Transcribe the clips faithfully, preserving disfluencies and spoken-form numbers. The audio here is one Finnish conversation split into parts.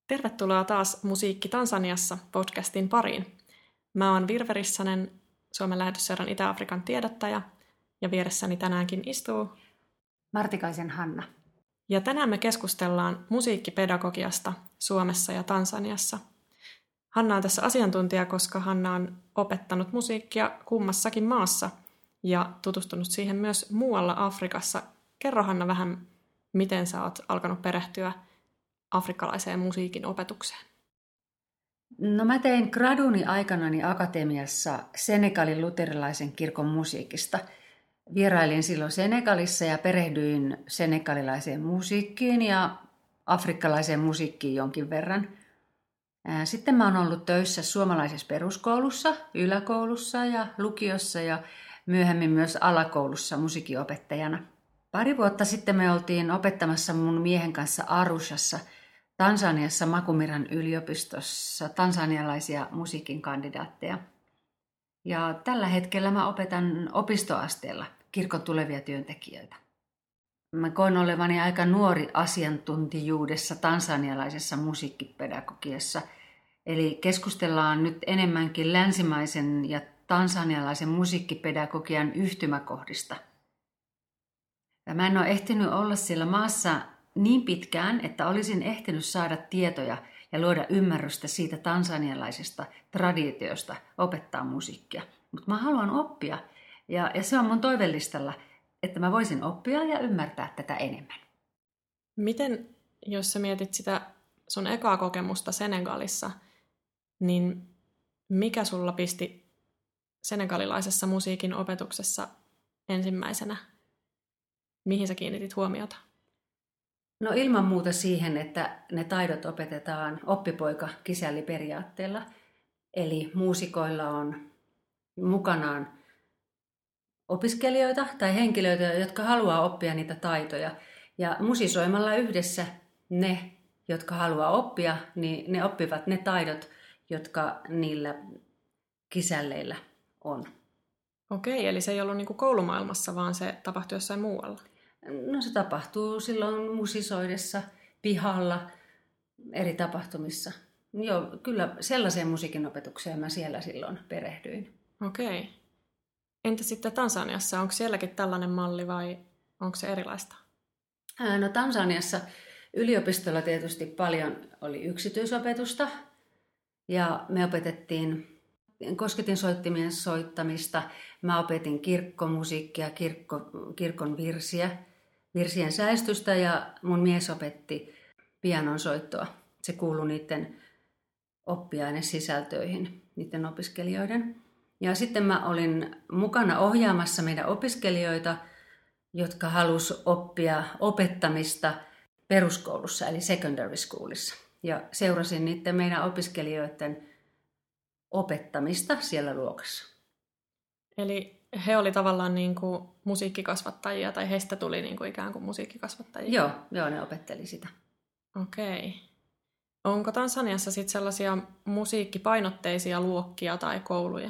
Tervetuloa taas Musiikki Tansaniassa podcastin pariin. Mä oon Virve Rissanen, Suomen lähetysseuran Itä-Afrikan tiedottaja, ja vieressäni tänäänkin istuu Martikaisen Hanna. Ja tänään me keskustellaan musiikkipedagogiasta Suomessa ja Tansaniassa. Hanna on tässä asiantuntija, koska Hanna on opettanut musiikkia kummassakin maassa ja tutustunut siihen myös muualla Afrikassa. Kerro Hanna vähän, miten sä oot alkanut perehtyä afrikkalaiseen musiikin opetukseen. No mä tein graduni aikanani akatemiassa Senegalin luterilaisen kirkon musiikista. Vierailin silloin Senegalissa ja perehdyin senegalilaiseen musiikkiin ja afrikkalaiseen musiikkiin jonkin verran. Sitten mä oon ollut töissä suomalaisessa peruskoulussa, yläkoulussa ja lukiossa ja myöhemmin myös alakoulussa musiikinopettajana. Pari vuotta sitten me oltiin opettamassa mun miehen kanssa Arushassa, Tansaniassa Makumiran yliopistossa tansanialaisia musiikin kandidaatteja. Ja tällä hetkellä mä opetan opistoasteella kirkon tulevia työntekijöitä. Mä koen olevani aika nuori asiantuntijuudessa tansanialaisessa musiikkipedagogiassa. Eli keskustellaan nyt enemmänkin länsimaisen ja tansanialaisen musiikkipedagogian yhtymäkohdista. Ja mä en ole ehtinyt olla siellä maassa niin pitkään, että olisin ehtinyt saada tietoja ja luoda ymmärrystä siitä tansanialaisesta traditiosta opettaa musiikkia. Mutta mä haluan oppia ja, ja se on mun toivellistalla, että mä voisin oppia ja ymmärtää tätä enemmän. Miten, jos sä mietit sitä sun ekaa kokemusta Senegalissa, niin mikä sulla pisti senegalilaisessa musiikin opetuksessa ensimmäisenä? Mihin sä kiinnitit huomiota? No ilman muuta siihen, että ne taidot opetetaan oppipoika-kisälliperiaatteella. Eli muusikoilla on mukanaan opiskelijoita tai henkilöitä, jotka haluaa oppia niitä taitoja. Ja musisoimalla yhdessä ne, jotka haluaa oppia, niin ne oppivat ne taidot, jotka niillä kisälleillä on. Okei, eli se ei ollut niin kuin koulumaailmassa, vaan se tapahtui jossain muualla. No se tapahtuu silloin musisoidessa, pihalla, eri tapahtumissa. Joo, kyllä sellaiseen musiikin opetukseen mä siellä silloin perehdyin. Okei. Entä sitten Tansaniassa? Onko sielläkin tällainen malli vai onko se erilaista? No Tansaniassa yliopistolla tietysti paljon oli yksityisopetusta ja me opetettiin kosketin soittimien soittamista. Mä opetin kirkkomusiikkia, kirkko, kirkon virsiä, virsien säestystä ja mun mies opetti pianon soittoa. Se kuului niiden oppiainesisältöihin, niiden opiskelijoiden. Ja sitten mä olin mukana ohjaamassa meidän opiskelijoita, jotka halusivat oppia opettamista peruskoulussa, eli secondary schoolissa. Ja seurasin niiden meidän opiskelijoiden opettamista siellä luokassa. Eli he oli tavallaan niin kuin musiikkikasvattajia, tai heistä tuli niin kuin ikään kuin musiikkikasvattajia? Joo, joo, ne opetteli sitä. Okei. Onko Tansaniassa sitten sellaisia musiikkipainotteisia luokkia tai kouluja?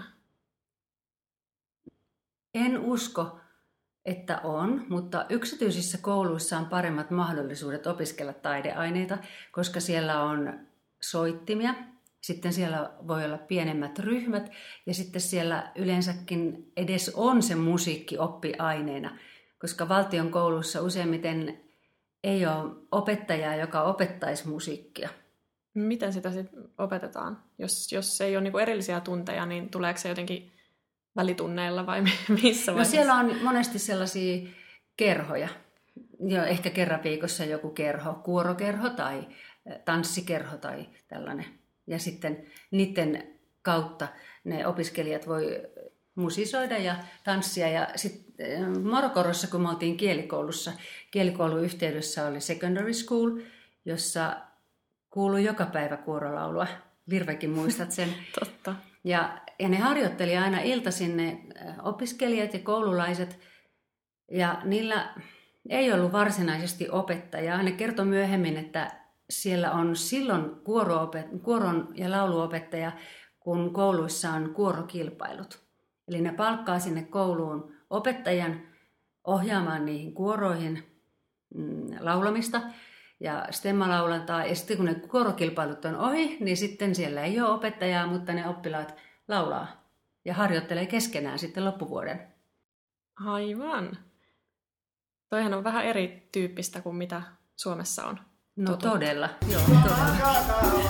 En usko, että on, mutta yksityisissä kouluissa on paremmat mahdollisuudet opiskella taideaineita, koska siellä on soittimia. Sitten siellä voi olla pienemmät ryhmät ja sitten siellä yleensäkin edes on se musiikki oppiaineena, koska valtion koulussa useimmiten ei ole opettajaa, joka opettaisi musiikkia. Miten sitä sitten opetetaan? Jos, jos ei ole niinku erillisiä tunteja, niin tuleeko se jotenkin välitunneilla vai missä vaiheessa? No siellä on monesti sellaisia kerhoja. Jo, ehkä kerran viikossa joku kerho, kuorokerho tai tanssikerho tai tällainen. Ja sitten niiden kautta ne opiskelijat voi musisoida ja tanssia. Ja sitten Morokorossa, kun me oltiin kielikoulussa, kielikoulun yhteydessä oli secondary school, jossa kuului joka päivä kuorolaulua. Virvekin muistat sen. Totta. Ja, ja ne harjoitteli aina iltaisin ne opiskelijat ja koululaiset. Ja niillä ei ollut varsinaisesti opettajaa. Ne kertoi myöhemmin, että siellä on silloin kuoron ja lauluopettaja, kun kouluissa on kuorokilpailut. Eli ne palkkaa sinne kouluun opettajan ohjaamaan niihin kuoroihin mm, laulamista. ja stemmalaulantaa. Ja sitten kun ne kuorokilpailut on ohi, niin sitten siellä ei ole opettajaa, mutta ne oppilaat laulaa ja harjoittelee keskenään sitten loppuvuoden. Aivan. Toihan on vähän erityyppistä kuin mitä Suomessa on. No totuttu. Todella, joo, todella.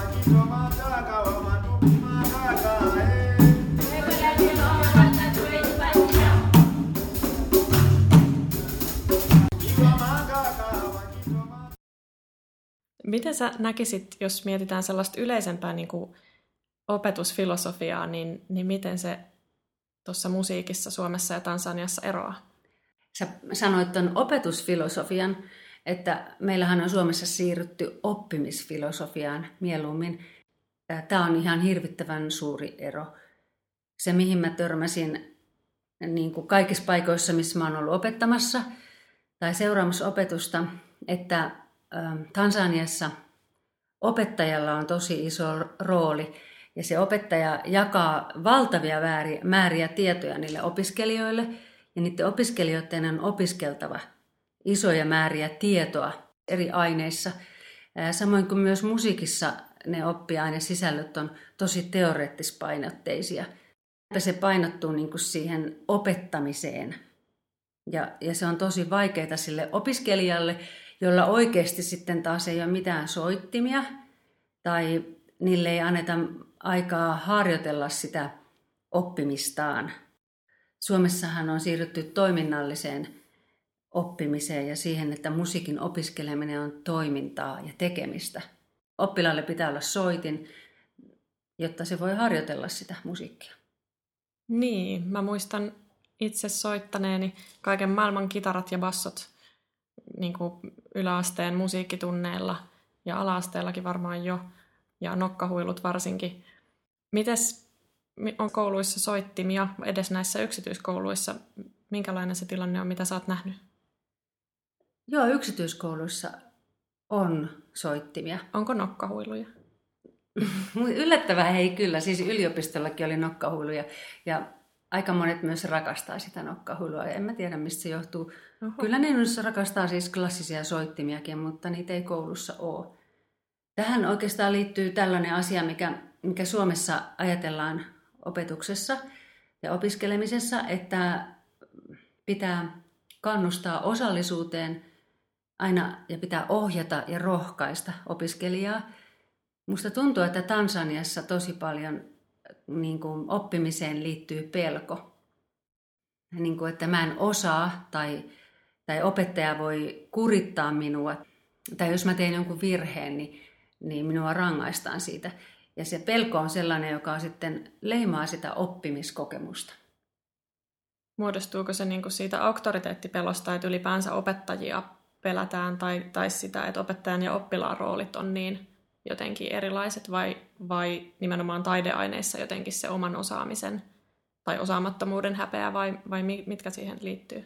Miten sä näkisit, jos mietitään sellaista yleisempää niin kuin opetusfilosofiaa, niin, niin miten se tuossa musiikissa Suomessa ja Tansaniassa eroaa? Sä sanoit tuon opetusfilosofian, että meillähän on Suomessa siirrytty oppimisfilosofiaan mieluummin. Tämä on ihan hirvittävän suuri ero. Se, mihin mä törmäsin niin kuin kaikissa paikoissa, missä mä oon ollut opettamassa tai seuraamassa opetusta, että Tansaniassa opettajalla on tosi iso rooli ja se opettaja jakaa valtavia määriä tietoja niille opiskelijoille ja niiden opiskelijoiden on opiskeltava isoja määriä tietoa eri aineissa. Samoin kuin myös musiikissa ne oppiainesisällöt on tosi teoreettispainotteisia. Se painottuu niin kuin siihen opettamiseen ja, ja se on tosi vaikeaa sille opiskelijalle, jolla oikeasti sitten taas ei ole mitään soittimia tai niille ei anneta aikaa harjoitella sitä oppimistaan. Suomessahan on siirrytty toiminnalliseen oppimiseen ja siihen, että musiikin opiskeleminen on toimintaa ja tekemistä. Oppilaalle pitää olla soitin, jotta se voi harjoitella sitä musiikkia. Niin, mä muistan itse soittaneeni kaiken maailman kitarat ja bassot niin kuin yläasteen musiikkitunneilla ja ala-asteellakin varmaan jo, ja nokkahuilut varsinkin. Mites on kouluissa soittimia, edes näissä yksityiskouluissa? Minkälainen se tilanne on, mitä sä oot nähnyt? Joo, yksityiskouluissa on soittimia. Onko nokkahuiluja? Yllättävää ei kyllä, siis yliopistollakin oli nokkahuiluja ja aika monet myös rakastaa sitä nokkahuilua. En mä tiedä, mistä se johtuu. Oho. Kyllä ne rakastaa siis klassisia soittimiakin, mutta niitä ei koulussa ole. Tähän oikeastaan liittyy tällainen asia, mikä, mikä Suomessa ajatellaan opetuksessa ja opiskelemisessa, että pitää kannustaa osallisuuteen aina ja pitää ohjata ja rohkaista opiskelijaa. Musta tuntuu, että Tansaniassa tosi paljon niin kuin oppimiseen liittyy pelko. Niin kuin, että mä en osaa tai, tai opettaja voi kurittaa minua. Tai jos mä teen jonkun virheen, niin, niin minua rangaistaan siitä. Ja se pelko on sellainen, joka sitten leimaa sitä oppimiskokemusta. Muodostuuko se niin kuin siitä auktoriteettipelosta, että ylipäänsä opettajia pelätään, tai, tai sitä, että opettajan ja oppilaan roolit on niin jotenkin erilaiset, vai, vai nimenomaan taideaineissa jotenkin se oman osaamisen tai osaamattomuuden häpeä, vai, vai mitkä siihen liittyy?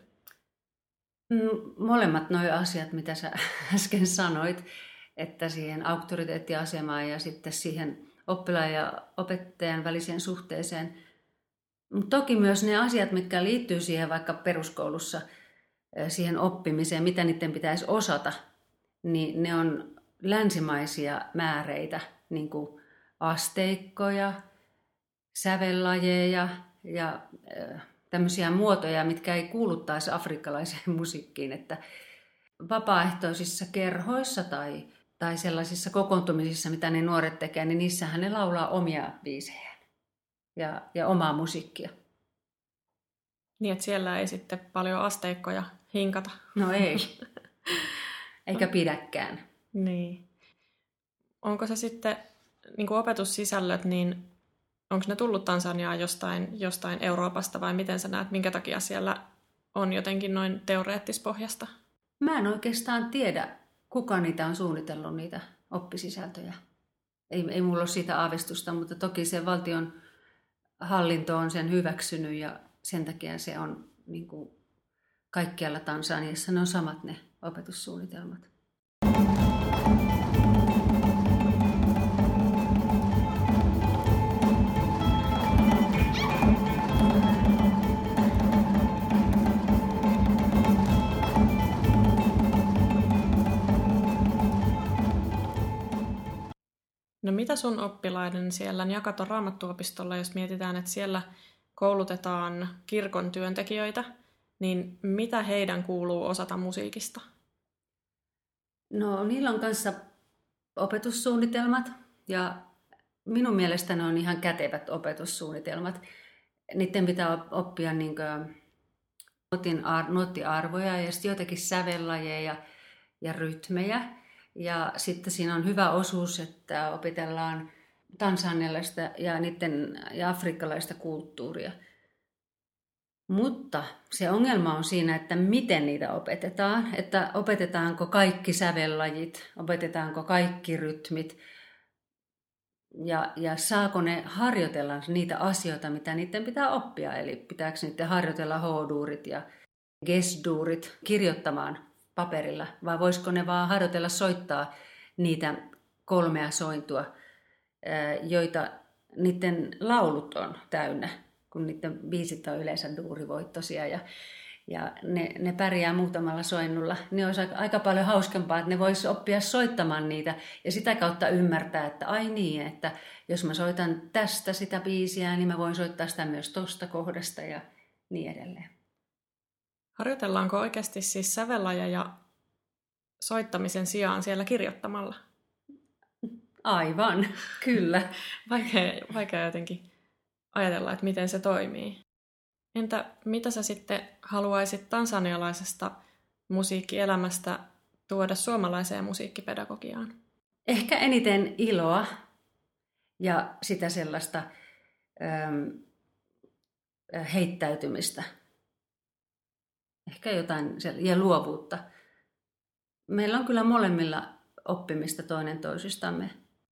Molemmat nuo asiat, mitä sä äsken sanoit, että siihen auktoriteettiasemaan ja sitten siihen oppilaan ja opettajan väliseen suhteeseen. Mutta toki myös ne asiat, mitkä liittyy siihen vaikka peruskoulussa, siihen oppimiseen, mitä niiden pitäisi osata, niin ne on länsimaisia määreitä, niin kuin asteikkoja, sävellajeja ja tämmöisiä muotoja, mitkä ei kuulu taas afrikkalaiseen musiikkiin, että vapaaehtoisissa kerhoissa tai, tai sellaisissa kokoontumisissa, mitä ne nuoret tekee, niin niissähän ne laulaa omia biisejään ja, ja omaa musiikkia. Niin, että siellä ei sitten paljon asteikkoja hinkata. No ei, eikä pidäkään. Niin. Onko se sitten, niin kuin opetussisällöt, niin onko ne tullut Tansaniaan jostain, jostain Euroopasta vai miten sä näet, minkä takia siellä on jotenkin noin teoreettispohjasta? Mä en oikeastaan tiedä, kuka niitä on suunnitellut, niitä oppisisältöjä. Ei, ei mulla ole siitä aavistusta, mutta toki se valtion hallinto on sen hyväksynyt ja sen takia se on niin kuin kaikkialla Tansaniassa, ne on samat ne opetussuunnitelmat. No mitä sun oppilaiden siellä Njakaton Raamattuopistolla, jos mietitään, että siellä koulutetaan kirkon työntekijöitä, niin mitä heidän kuuluu osata musiikista? No niillä on kanssa opetussuunnitelmat ja minun mielestäni ne on ihan kätevät opetussuunnitelmat. Niiden pitää oppia niin kuin nuottiarvoja ja sitten joitakin sävellajeja ja rytmejä. Ja sitten siinä on hyvä osuus, että opetellaan tansanialaista ja, niiden, ja afrikkalaista kulttuuria. Mutta se ongelma on siinä, että miten niitä opetetaan. Että opetetaanko kaikki sävellajit, opetetaanko kaikki rytmit ja, ja saako ne harjoitella niitä asioita, mitä niiden pitää oppia. Eli pitääkö niiden harjoitella H-duurit ja G-duurit kirjoittamaan paperilla, vai voisiko ne vaan harjoitella soittaa niitä kolmea sointua, joita niiden laulut on täynnä, kun niiden biisit on yleensä duurivoittoisia ja, ja ne, ne pärjää muutamalla soinnulla. Ne olisi aika paljon hauskempaa, että ne vois oppia soittamaan niitä ja sitä kautta ymmärtää, että ai niin, että jos mä soitan tästä sitä biisiä, niin mä voin soittaa sitä myös tosta kohdasta ja niin edelleen. Harjoitellaanko oikeasti siis sävellajeja soittamisen sijaan siellä kirjoittamalla? Aivan, kyllä. Vaikea, vaikea jotenkin ajatella, että miten se toimii. Entä mitä sä sitten haluaisit tansanialaisesta musiikkielämästä tuoda suomalaiseen musiikkipedagogiaan? Ehkä eniten iloa ja sitä sellaista ähm, heittäytymistä. Ehkä jotain ja luovuutta. Meillä on kyllä molemmilla oppimista toinen toisistamme.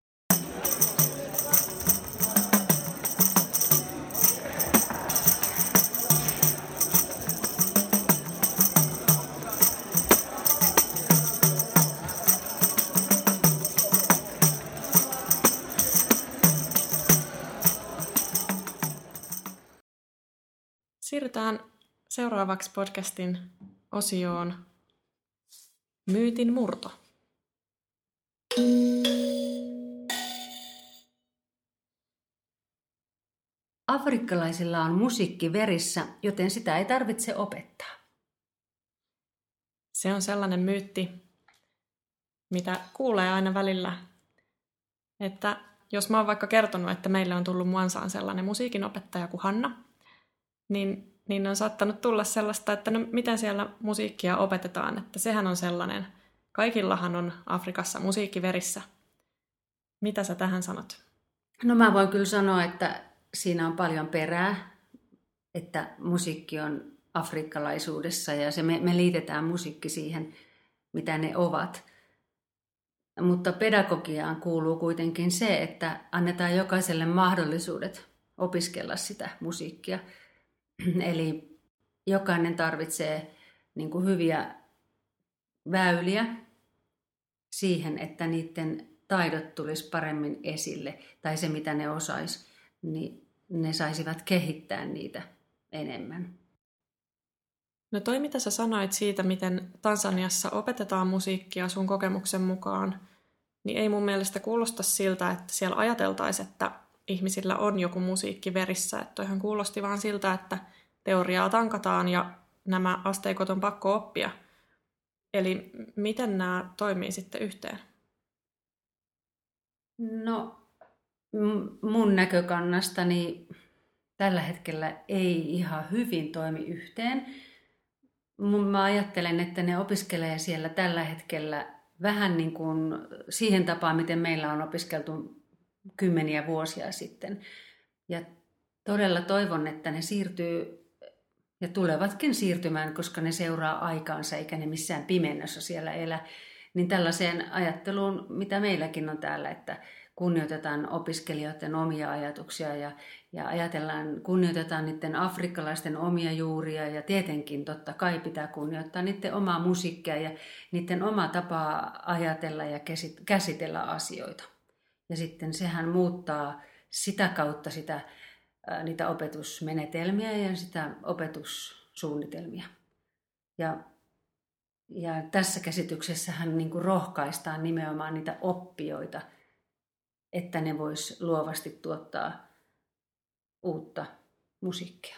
Siirrytään seuraavaksi podcastin osioon Myytin murto. Afrikkalaisilla on musiikki verissä, joten sitä ei tarvitse opettaa. Se on sellainen myytti, mitä kuulee aina välillä, että jos mä oon vaikka kertonut, että meille on tullut Muansaan sellainen musiikinopettaja kuin Hanna, niin, niin on saattanut tulla sellaista, että no miten siellä musiikkia opetetaan, että sehän on sellainen, kaikillahan on Afrikassa musiikki verissä. Mitä sä tähän sanot? No mä voin kyllä sanoa, että siinä on paljon perää, että musiikki on afrikkalaisuudessa ja se me, me liitetään musiikki siihen, mitä ne ovat. Mutta pedagogiaan kuuluu kuitenkin se, että annetaan jokaiselle mahdollisuudet opiskella sitä musiikkia. Eli jokainen tarvitsee niin kuin hyviä väyliä siihen, että niiden taidot tulisi paremmin esille tai se, mitä ne osais, niin ne saisivat kehittää niitä enemmän. No toi, mitä sä sanoit siitä, miten Tansaniassa opetetaan musiikkia sun kokemuksen mukaan, niin ei mun mielestä kuulosta siltä, että siellä ajateltaisiin, että ihmisillä on joku musiikki verissä. Että toihan kuulosti vaan siltä, että teoriaa tankataan ja nämä asteikot on pakko oppia. Eli miten nämä toimii sitten yhteen? No mun näkökannastani tällä hetkellä ei ihan hyvin toimi yhteen. Mä ajattelen, että ne opiskelee siellä tällä hetkellä vähän niin kuin siihen tapaan, miten meillä on opiskeltu kymmeniä vuosia sitten. Ja todella toivon, että ne siirtyy ja tulevatkin siirtymään, koska ne seuraa aikaansa eikä ne missään pimennossa siellä elä. Niin tällaiseen ajatteluun, mitä meilläkin on täällä, että kunnioitetaan opiskelijoiden omia ajatuksia ja, ja ajatellaan, kunnioitetaan niiden afrikkalaisten omia juuria ja tietenkin totta kai pitää kunnioittaa niiden omaa musiikkia ja niiden omaa tapaa ajatella ja käsitellä asioita. Ja sitten sehän muuttaa sitä kautta sitä, niitä opetusmenetelmiä ja sitä opetussuunnitelmia. Ja, ja tässä käsityksessähän niin kuin rohkaistaan nimenomaan niitä oppijoita että ne vois luovasti tuottaa uutta musiikkia.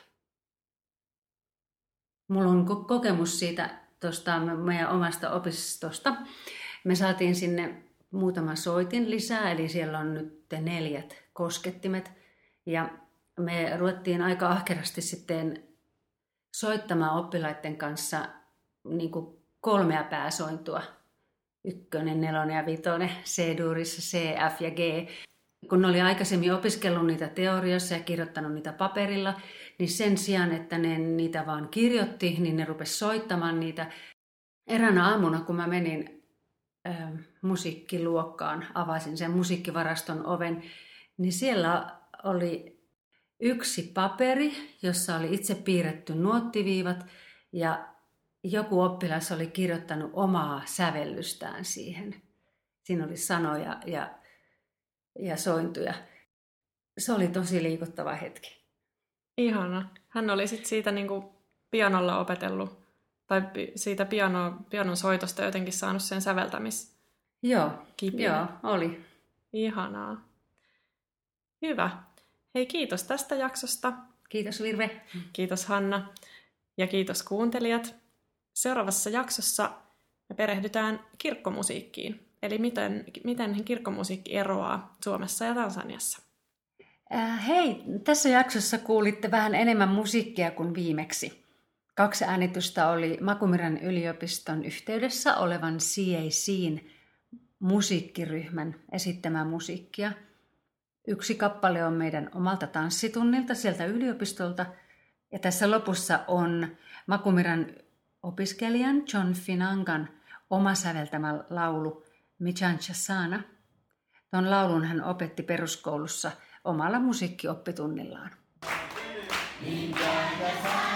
Mulla on kokemus siitä tuosta meidän omasta opistosta. Me saatiin sinne muutama soitin lisää, eli siellä on nyt neljät koskettimet. Ja me ruvettiin aika ahkerasti sitten soittamaan oppilaiden kanssa niin kuin kolmea pääsointua. Ykkönen, nelonen ja vitonen, C-duurissa, C, F ja G. Kun ne oli aikaisemmin opiskellut niitä teoriassa ja kirjoittanut niitä paperilla, niin sen sijaan, että ne niitä vaan kirjoitti, niin ne rupesi soittamaan niitä. Eräänä aamuna, kun mä menin äh, musiikkiluokkaan, avasin sen musiikkivaraston oven, niin siellä oli yksi paperi, jossa oli itse piirretty nuottiviivat ja joku oppilas oli kirjoittanut omaa sävellystään siihen. Siinä oli sanoja ja, ja sointuja. Se oli tosi liikuttava hetki. Ihana. Hän oli sitten siitä niinku pianolla opetellut, tai siitä piano, pianon soitosta jotenkin saanut sen säveltämis. Joo, kipinä. joo, oli. Ihanaa. Hyvä. Hei, kiitos tästä jaksosta. Kiitos Virve. Kiitos Hanna. Ja kiitos kuuntelijat. Seuraavassa jaksossa me perehdytään kirkkomusiikkiin. Eli miten, miten kirkkomusiikki eroaa Suomessa ja Tansaniassa. Äh, hei, tässä jaksossa kuulitte vähän enemmän musiikkia kuin viimeksi. Kaksi äänitystä oli Makumiran yliopiston yhteydessä olevan C A C:n musiikkiryhmän esittämää musiikkia. Yksi kappale on meidän omalta tanssitunnilta sieltä yliopistolta. Ja tässä lopussa on Makumiran opiskelijan John Finangan oma säveltämä laulu Michancha Sana. Tuon laulun hän opetti peruskoulussa omalla musiikkioppitunnillaan.